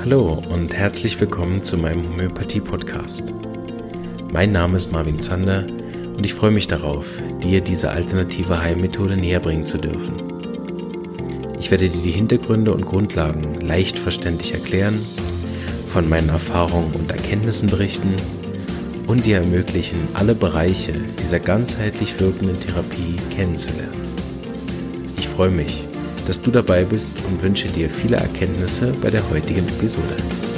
Hallo und herzlich willkommen zu meinem Homöopathie-Podcast. Mein Name ist Marvin Zander und ich freue mich darauf, dir diese alternative Heilmethode näher bringen zu dürfen. Ich werde dir die Hintergründe und Grundlagen leicht verständlich erklären, von meinen Erfahrungen und Erkenntnissen berichten und dir ermöglichen, alle Bereiche dieser ganzheitlich wirkenden Therapie kennenzulernen. Ich freue mich, dass du dabei bist und wünsche dir viele Erkenntnisse bei der heutigen Episode.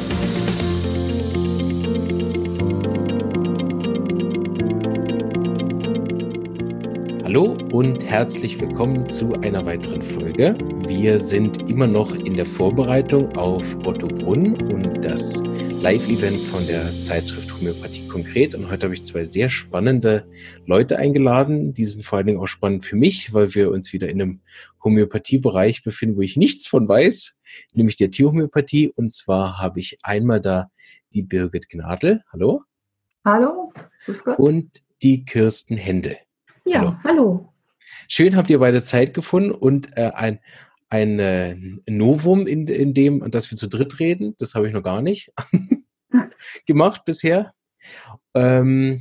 Hallo und herzlich willkommen zu einer weiteren Folge. Wir sind immer noch in der Vorbereitung auf Otto Brunn und das Live-Event von der Zeitschrift Homöopathie konkret. Und heute habe ich zwei sehr spannende Leute eingeladen. Die sind vor allen Dingen auch spannend für mich, weil wir uns wieder in einem Homöopathie-Bereich befinden, wo ich nichts von weiß, nämlich der Tierhomöopathie. Und zwar habe ich einmal da die Birgit Gnadl. Hallo. Hallo. Grüß Gott. Und die Kirsten Händel. Ja, hallo. Schön, habt ihr beide Zeit gefunden und ein Novum in dem, dass wir zu dritt reden. Das habe ich noch gar nicht gemacht bisher. Könnt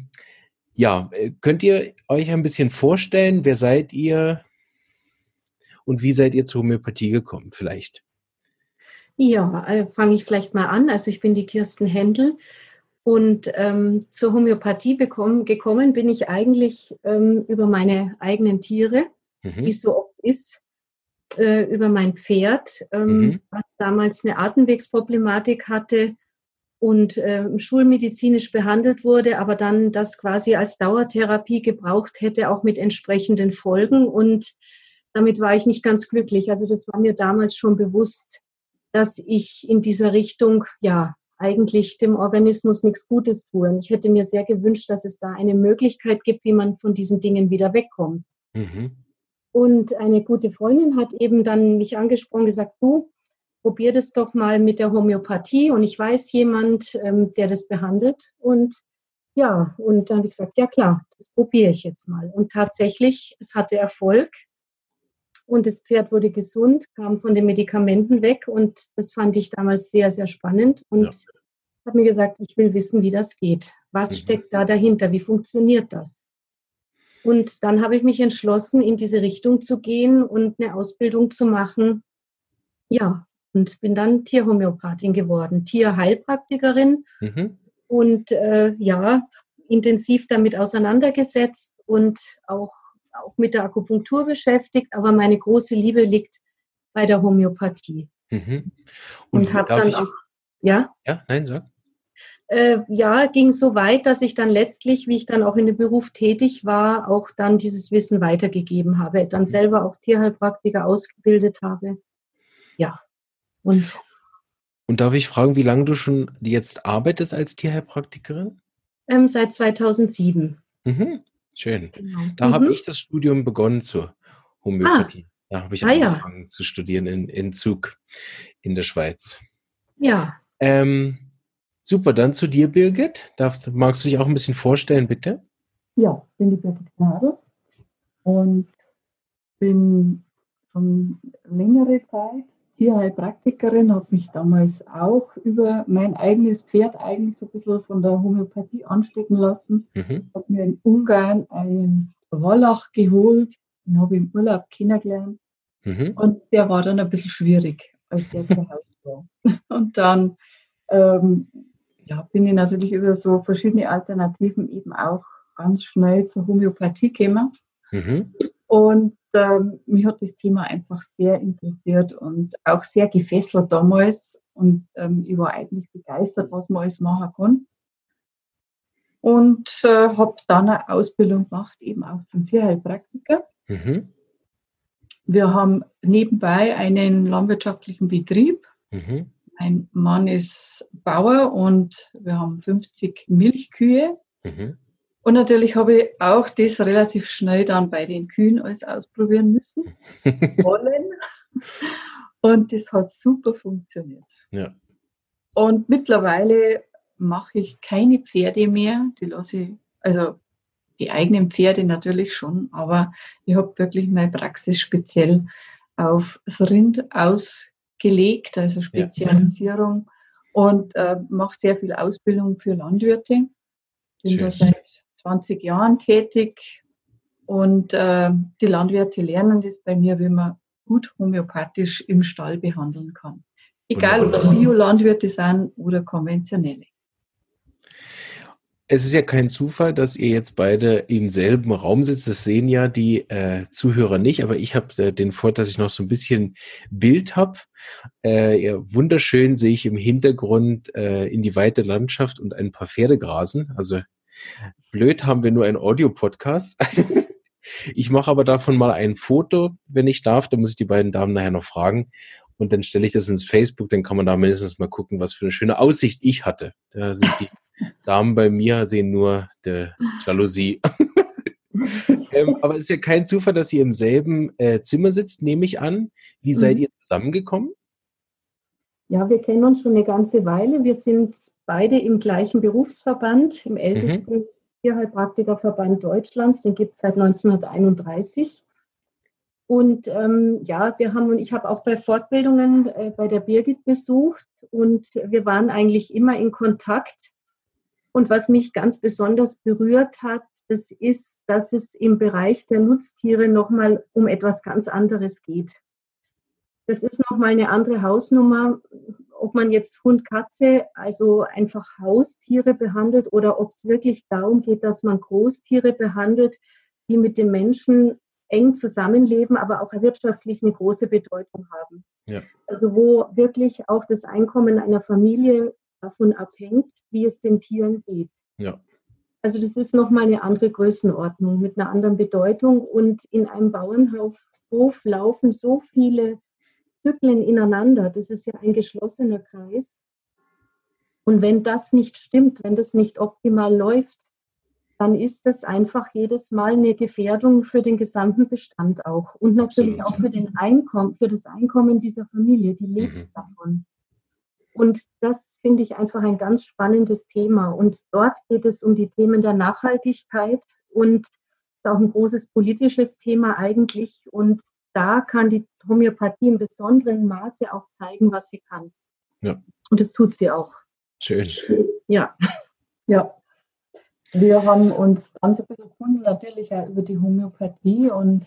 ihr euch ein bisschen vorstellen, wer seid ihr und wie seid ihr zur Homöopathie gekommen vielleicht? Ja, fange ich vielleicht mal an. Also ich bin die Kirsten Händel und zur Homöopathie gekommen bin ich eigentlich über meine eigenen Tiere, wie es so oft ist, über mein Pferd, was damals eine Atemwegsproblematik hatte und schulmedizinisch behandelt wurde, aber dann das quasi als Dauertherapie gebraucht hätte, auch mit entsprechenden Folgen. Und damit war ich nicht ganz glücklich. Also das war mir damals schon bewusst, dass ich in dieser Richtung, ja, eigentlich dem Organismus nichts Gutes tue. Und ich hätte mir sehr gewünscht, dass es da eine Möglichkeit gibt, wie man von diesen Dingen wieder wegkommt. Und eine gute Freundin hat eben dann mich angesprochen, gesagt, du, probier das doch mal mit der Homöopathie. Und ich weiß jemand, der das behandelt. Und ja, und dann habe ich gesagt, ja klar, das probiere ich jetzt mal. Und tatsächlich, es hatte Erfolg. Und das Pferd wurde gesund, kam von den Medikamenten weg. Und das fand ich damals sehr, sehr spannend. Und habe mir gesagt, ich will wissen, wie das geht. Was steckt da dahinter? Wie funktioniert das? Und dann habe ich mich entschlossen, in diese Richtung zu gehen und eine Ausbildung zu machen. Ja, und bin dann Tierhomöopathin geworden, Tierheilpraktikerin und intensiv damit auseinandergesetzt und auch mit der Akupunktur beschäftigt. Aber meine große Liebe liegt bei der Homöopathie. Und habe dann auch, Ja, nein, sag. Ging so weit, dass ich dann letztlich, wie ich dann auch in dem Beruf tätig war, auch dann dieses Wissen weitergegeben habe, dann selber auch Tierheilpraktiker ausgebildet habe. Ja. Und darf ich fragen, wie lange du schon jetzt arbeitest als Tierheilpraktikerin? Seit 2007. Schön. Genau. Da habe ich das Studium begonnen zur Homöopathie. Da habe ich angefangen zu studieren in Zug in der Schweiz. Ja. Super, dann zu dir, Birgit. Magst du dich auch ein bisschen vorstellen, bitte? Ja, ich bin die Birgit Gnadl und bin schon längere Zeit Tierheilpraktikerin, habe mich damals auch über mein eigenes Pferd eigentlich so ein bisschen von der Homöopathie anstecken lassen. Habe mir in Ungarn einen Wallach geholt, den habe ich im Urlaub kennengelernt und der war dann ein bisschen schwierig, als der zu Hause war. Und dann bin ich natürlich über so verschiedene Alternativen eben auch ganz schnell zur Homöopathie gekommen. Und mich hat das Thema einfach sehr interessiert und auch sehr gefesselt damals. Und ich war eigentlich begeistert, was man alles machen kann. Und habe dann eine Ausbildung gemacht, eben auch zum Tierheilpraktiker. Wir haben nebenbei einen landwirtschaftlichen Betrieb. Mein Mann ist Bauer und wir haben 50 Milchkühe. Und natürlich habe ich auch das relativ schnell dann bei den Kühen alles ausprobieren müssen. Und das hat super funktioniert. Ja. Und mittlerweile mache ich keine Pferde mehr. Die lasse ich, also die eigenen Pferde natürlich schon, aber ich habe wirklich meine Praxis speziell auf das Rind ausgelegt, also Spezialisierung. und mache sehr viel Ausbildung für Landwirte. Bin da seit 20 Jahren tätig und die Landwirte lernen das bei mir, wie man gut homöopathisch im Stall behandeln kann. Egal, ob es Biolandwirte sind oder konventionelle. Es ist ja kein Zufall, dass ihr jetzt beide im selben Raum sitzt. Das sehen ja die Zuhörer nicht, aber ich habe den Vorteil, dass ich noch so ein bisschen Bild habe. Ja, wunderschön sehe ich im Hintergrund in die weite Landschaft und ein paar Pferde grasen. Also blöd haben wir nur einen Audio-Podcast. Ich mache aber davon mal ein Foto, wenn ich darf. Da muss ich die beiden Damen nachher noch fragen. Und dann stelle ich das ins Facebook. Dann kann man da mindestens mal gucken, was für eine schöne Aussicht ich hatte. Da sind die Damen bei mir, sehen nur die Jalousie. Aber es ist ja kein Zufall, dass ihr im selben Zimmer sitzt, nehme ich an. Wie seid ihr zusammengekommen? Ja, wir kennen uns schon eine ganze Weile. Wir sind beide im gleichen Berufsverband, im ältesten Tierheilpraktikerverband Deutschlands. Den gibt es seit 1931. Und ich habe auch bei Fortbildungen bei der Birgit besucht und wir waren eigentlich immer in Kontakt. Und was mich ganz besonders berührt hat, das ist, dass es im Bereich der Nutztiere nochmal um etwas ganz anderes geht. Das ist nochmal eine andere Hausnummer, ob man jetzt Hund, Katze, also einfach Haustiere behandelt oder ob es wirklich darum geht, dass man Großtiere behandelt, die mit den Menschen eng zusammenleben, aber auch wirtschaftlich eine große Bedeutung haben. Ja. Also wo wirklich auch das Einkommen einer Familie davon abhängt, wie es den Tieren geht. Ja. Also das ist nochmal eine andere Größenordnung mit einer anderen Bedeutung und in einem Bauernhof laufen so viele Zyklen ineinander. Das ist ja ein geschlossener Kreis. Und wenn das nicht stimmt, wenn das nicht optimal läuft, dann ist das einfach jedes Mal eine Gefährdung für den gesamten Bestand auch. Und natürlich auch für das Einkommen dieser Familie, die lebt davon. Und das finde ich einfach ein ganz spannendes Thema. Und dort geht es um die Themen der Nachhaltigkeit und ist auch ein großes politisches Thema eigentlich. Und da kann die Homöopathie in besonderem Maße auch zeigen, was sie kann. Ja. Und das tut sie auch. Schön. Ja. Ja. Wir haben uns dann so ein bisschen gefunden, natürlich auch über die Homöopathie und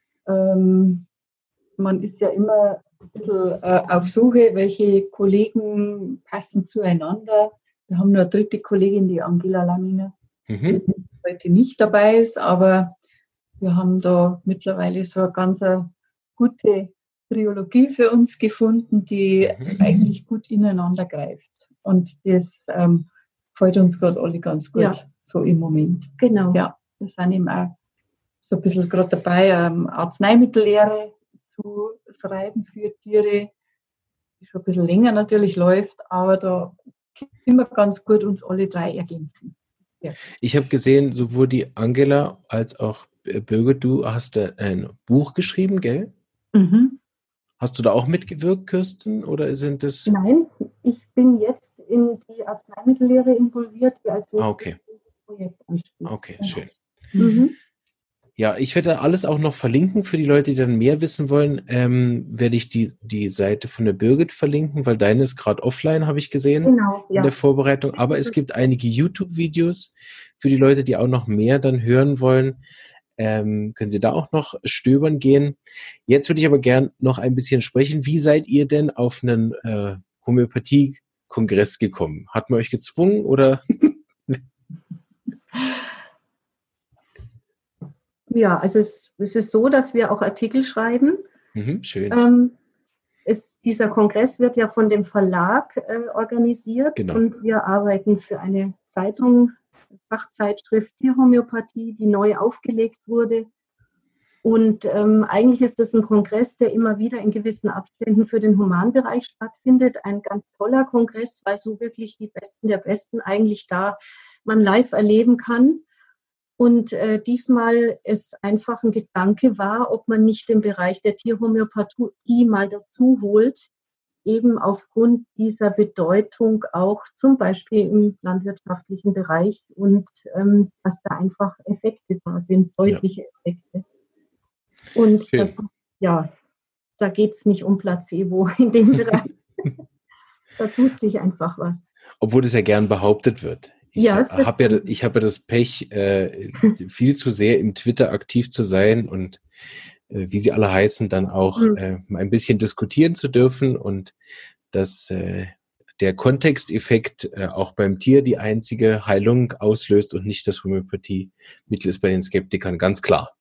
man ist ja immer ein bisschen auf Suche, welche Kollegen passen zueinander. Wir haben nur eine dritte Kollegin, die Angela Lamminger, die heute nicht dabei ist, aber wir haben da mittlerweile so eine ganz gute Triologie für uns gefunden, die eigentlich gut ineinander greift. Und das gefällt uns gerade alle ganz gut, so im Moment. Genau. Ja, wir sind eben auch so ein bisschen gerade dabei, Arzneimittellehre zu schreiben für Tiere, die schon ein bisschen länger natürlich läuft, aber da können wir ganz gut uns alle drei ergänzen. Ja. Ich habe gesehen, sowohl die Angela als auch Birgit, du hast ein Buch geschrieben, gell? Mhm. Hast du da auch mitgewirkt, Kirsten, oder sind das... Nein, ich bin jetzt in die Arzneimittellehre involviert, die als nächstes Projekt ansteht. Okay, schön. Mhm. Ja, ich werde alles auch noch verlinken. Für die Leute, die dann mehr wissen wollen, werde ich die Seite von der Birgit verlinken, weil deine ist gerade offline, habe ich gesehen, in der Vorbereitung. Aber es gibt einige YouTube-Videos für die Leute, die auch noch mehr dann hören wollen. Können Sie da auch noch stöbern gehen. Jetzt würde ich aber gern noch ein bisschen sprechen. Wie seid ihr denn auf einen Homöopathie-Kongress gekommen? Hat man euch gezwungen oder... Ja, also es ist so, dass wir auch Artikel schreiben. Schön. Dieser Kongress wird ja von dem Verlag organisiert und wir arbeiten für eine Zeitung, Fachzeitschrift Tierhomöopathie, die neu aufgelegt wurde. Und eigentlich ist das ein Kongress, der immer wieder in gewissen Abständen für den Humanbereich stattfindet. Ein ganz toller Kongress, weil so wirklich die Besten der Besten eigentlich da man live erleben kann. Und diesmal es einfach ein Gedanke war, ob man nicht den Bereich der Tierhomöopathie mal dazu holt, eben aufgrund dieser Bedeutung auch zum Beispiel im landwirtschaftlichen Bereich und dass da einfach Effekte da sind, deutliche Effekte. Und das, da geht es nicht um Placebo in dem Bereich. Da tut sich einfach was. Obwohl das ja gern behauptet wird. Ich Ja, habe ja das Pech, viel zu sehr im Twitter aktiv zu sein und wie sie alle heißen, dann auch ein bisschen diskutieren zu dürfen und dass der Kontexteffekt auch beim Tier die einzige Heilung auslöst und nicht das Homöopathie-Mittel ist bei den Skeptikern, ganz klar.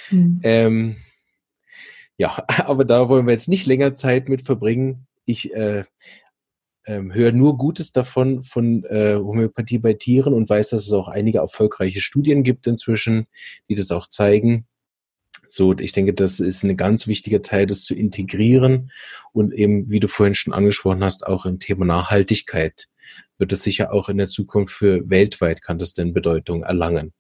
Ja, aber da wollen wir jetzt nicht länger Zeit mit verbringen. Ich höre nur Gutes davon von Homöopathie bei Tieren und weiß, dass es auch einige erfolgreiche Studien gibt inzwischen, die das auch zeigen. So, ich denke, das ist ein ganz wichtiger Teil, das zu integrieren und eben, wie du vorhin schon angesprochen hast, auch im Thema Nachhaltigkeit wird es sicher auch in der Zukunft für weltweit kann das denn Bedeutung erlangen.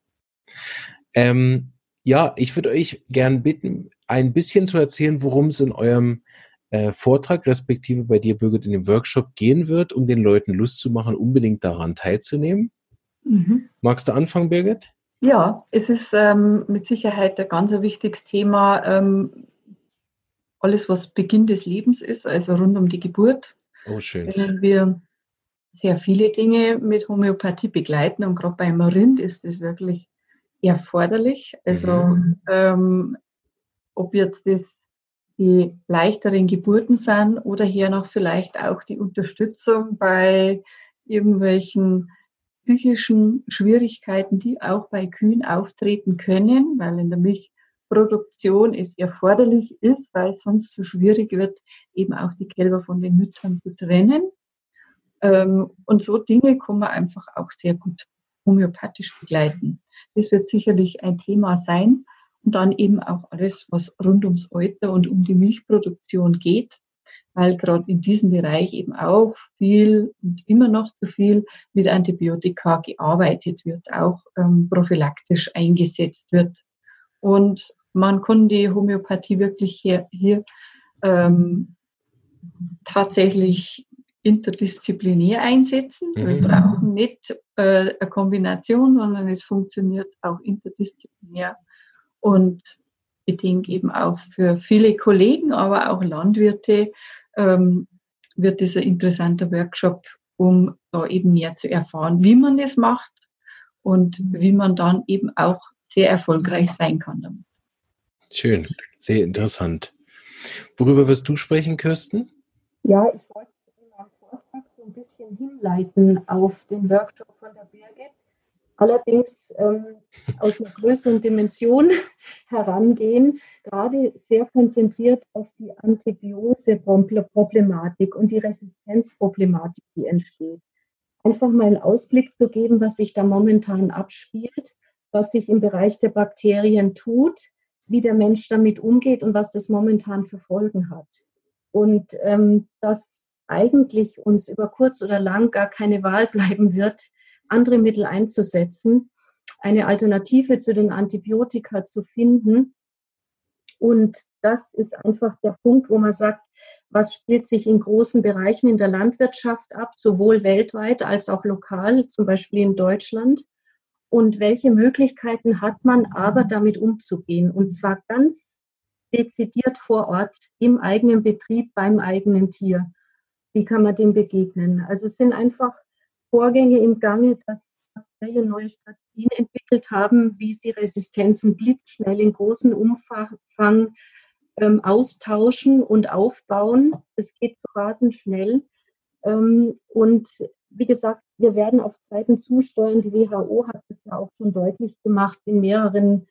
Ja, ich würde euch gern bitten, ein bisschen zu erzählen, worum es in eurem Vortrag, respektive bei dir, Birgit, in dem Workshop gehen wird, um den Leuten Lust zu machen, unbedingt daran teilzunehmen. Magst du anfangen, Birgit? Ja, es ist mit Sicherheit ein ganz wichtiges Thema. Alles, was Beginn des Lebens ist, also rund um die Geburt. Oh, schön. Können wir sehr viele Dinge mit Homöopathie begleiten und gerade beim Rind ist es wirklich erforderlich. Also ob jetzt das die leichteren Geburten sind oder hier noch vielleicht auch die Unterstützung bei irgendwelchen psychischen Schwierigkeiten, die auch bei Kühen auftreten können, weil in der Milchproduktion es erforderlich ist, weil es sonst so schwierig wird, eben auch die Kälber von den Müttern zu trennen. Und so Dinge kann man einfach auch sehr gut homöopathisch begleiten. Das wird sicherlich ein Thema sein. Und dann eben auch alles, was rund ums Alter und um die Milchproduktion geht, weil gerade in diesem Bereich eben auch viel und immer noch zu viel mit Antibiotika gearbeitet wird, auch prophylaktisch eingesetzt wird. Und man kann die Homöopathie wirklich hier tatsächlich interdisziplinär einsetzen. Wir brauchen nicht eine Kombination, sondern es funktioniert auch interdisziplinär. Und ich denke eben auch für viele Kollegen, aber auch Landwirte wird das ein interessanter Workshop, um da eben mehr zu erfahren, wie man das macht und wie man dann eben auch sehr erfolgreich sein kann damit. Schön, sehr interessant. Worüber wirst du sprechen, Kirsten? Ja, ich wollte in meinem Vortrag so ein bisschen hinleiten auf den Workshop von der Birgit. Allerdings aus einer größeren Dimension herangehen, gerade sehr konzentriert auf die Antibiose-Problematik und die Resistenzproblematik, die entsteht. Einfach mal einen Ausblick zu geben, was sich da momentan abspielt, was sich im Bereich der Bakterien tut, wie der Mensch damit umgeht und was das momentan für Folgen hat. Und dass eigentlich uns über kurz oder lang gar keine Wahl bleiben wird, andere Mittel einzusetzen, eine Alternative zu den Antibiotika zu finden. Und das ist einfach der Punkt, wo man sagt, was spielt sich in großen Bereichen in der Landwirtschaft ab, sowohl weltweit als auch lokal, zum Beispiel in Deutschland. Und welche Möglichkeiten hat man aber, damit umzugehen? Und zwar ganz dezidiert vor Ort, im eigenen Betrieb, beim eigenen Tier. Wie kann man dem begegnen? Also es sind einfach Vorgänge im Gange, dass Bakterien neue Strategien entwickelt haben, wie sie Resistenzen blitzschnell in großem Umfang austauschen und aufbauen. Es geht so rasend schnell. Und wie gesagt, wir werden auf Zeiten zusteuern. Die WHO hat es ja auch schon deutlich gemacht in mehreren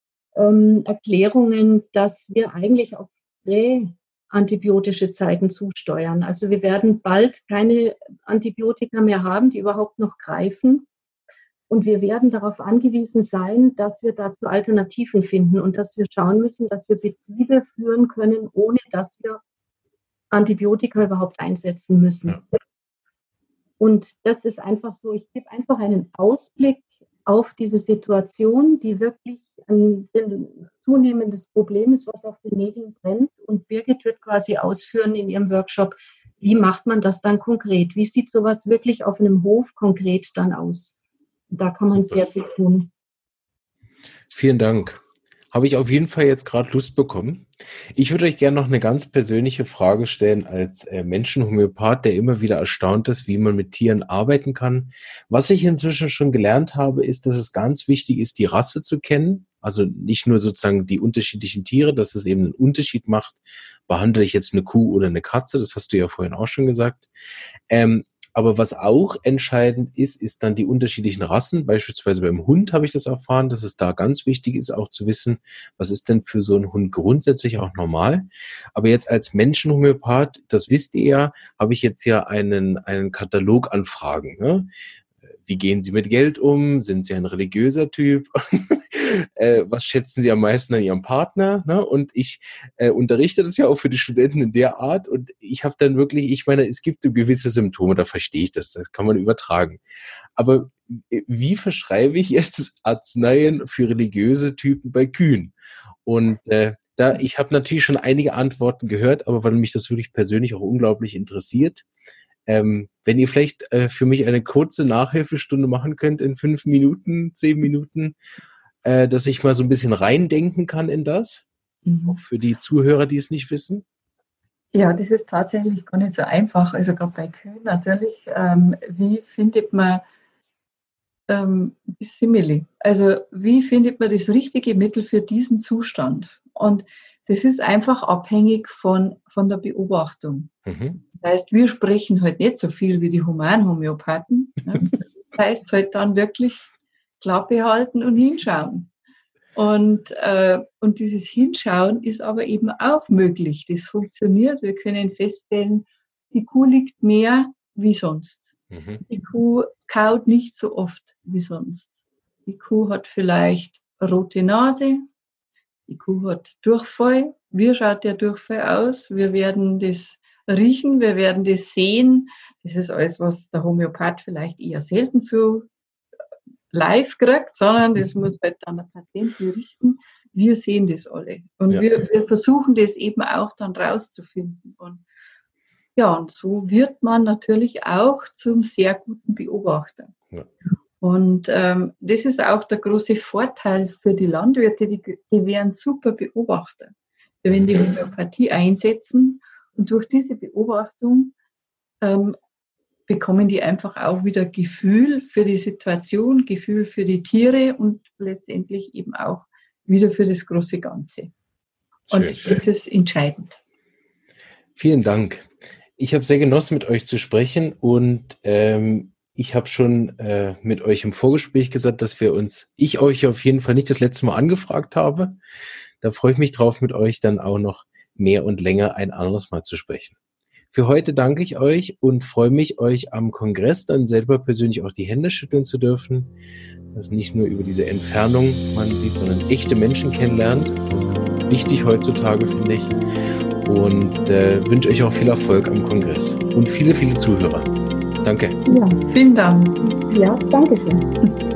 Erklärungen, dass wir eigentlich auf antibiotische Zeiten zusteuern. Also wir werden bald keine Antibiotika mehr haben, die überhaupt noch greifen. Und wir werden darauf angewiesen sein, dass wir dazu Alternativen finden und dass wir schauen müssen, dass wir Betriebe führen können, ohne dass wir Antibiotika überhaupt einsetzen müssen. Ja. Und das ist einfach so, ich gebe einfach einen Ausblick auf diese Situation, die wirklich ein zunehmendes Problem ist, was auf den Nägeln brennt. Und Birgit wird quasi ausführen in ihrem Workshop, wie macht man das dann konkret? Wie sieht sowas wirklich auf einem Hof konkret dann aus? Und da kann man sehr viel tun. Vielen Dank. habe ich auf jeden Fall jetzt gerade Lust bekommen. Ich würde euch gerne noch eine ganz persönliche Frage stellen als Menschenhomöopath, der immer wieder erstaunt ist, wie man mit Tieren arbeiten kann. Was ich inzwischen schon gelernt habe, ist, dass es ganz wichtig ist, die Rasse zu kennen. Also nicht nur sozusagen die unterschiedlichen Tiere, dass es eben einen Unterschied macht. Behandle ich jetzt eine Kuh oder eine Katze? Das hast du ja vorhin auch schon gesagt. Aber was auch entscheidend ist, ist dann die unterschiedlichen Rassen. Beispielsweise beim Hund habe ich das erfahren, dass es da ganz wichtig ist, auch zu wissen, was ist denn für so einen Hund grundsätzlich auch normal. Aber jetzt als Menschenhomöopath, das wisst ihr ja, habe ich jetzt ja einen Katalog an Fragen. Ne? Wie gehen Sie mit Geld um? Sind Sie ein religiöser Typ? Was schätzen Sie am meisten an Ihrem Partner? Ne? Und ich unterrichte das ja auch für die Studenten in der Art. Und ich habe dann wirklich, ich meine, es gibt gewisse Symptome, da verstehe ich das. Das kann man übertragen. Aber wie verschreibe ich jetzt Arzneien für religiöse Typen bei Kühen? Und ich habe natürlich schon einige Antworten gehört, aber weil mich das wirklich persönlich auch unglaublich interessiert, wenn ihr vielleicht für mich eine kurze Nachhilfestunde machen könnt in 5 Minuten, 10 Minuten, dass ich mal so ein bisschen reindenken kann in das, auch für die Zuhörer, die es nicht wissen. Ja, das ist tatsächlich gar nicht so einfach. Also gerade bei Kühen natürlich, wie findet man die Simile? Also wie findet man das richtige Mittel für diesen Zustand? Und das ist einfach abhängig von der Beobachtung. Mhm. Das heißt, wir sprechen halt nicht so viel wie die Humanhomöopathen. Ne? Das heißt halt dann wirklich Klappe halten und hinschauen. Und dieses Hinschauen ist aber eben auch möglich. Das funktioniert. Wir können feststellen, die Kuh liegt mehr wie sonst. Mhm. Die Kuh kaut nicht so oft wie sonst. Die Kuh hat vielleicht rote Nase. Die Kuh hat Durchfall. Wie schaut der Durchfall aus? Wir werden das riechen, wir werden das sehen. Das ist alles, was der Homöopath vielleicht eher selten zu live kriegt, sondern das muss halt dann der Patient berichten. Wir sehen das alle. Und ja, wir versuchen das eben auch dann rauszufinden. Und ja, und so wird man natürlich auch zum sehr guten Beobachter. Ja. Und das ist auch der große Vorteil für die Landwirte, die wären super Beobachter. Wenn die Homöopathie einsetzen und durch diese Beobachtung bekommen die einfach auch wieder Gefühl für die Situation, Gefühl für die Tiere und letztendlich eben auch wieder für das große Ganze. Und das ist entscheidend. Vielen Dank. Ich habe sehr genossen, mit euch zu sprechen und ich habe schon mit euch im Vorgespräch gesagt, dass ich euch auf jeden Fall nicht das letzte Mal angefragt habe. Da freue ich mich drauf, mit euch dann auch noch mehr und länger ein anderes Mal zu sprechen. Für heute danke ich euch und freue mich, euch am Kongress dann selber persönlich auch die Hände schütteln zu dürfen. Dass nicht nur über diese Entfernung man sieht, sondern echte Menschen kennenlernt. Das ist wichtig heutzutage, finde ich. Und wünsche euch auch viel Erfolg am Kongress und viele, viele Zuhörer. Danke. Ja, vielen Dank. Ja, danke schön.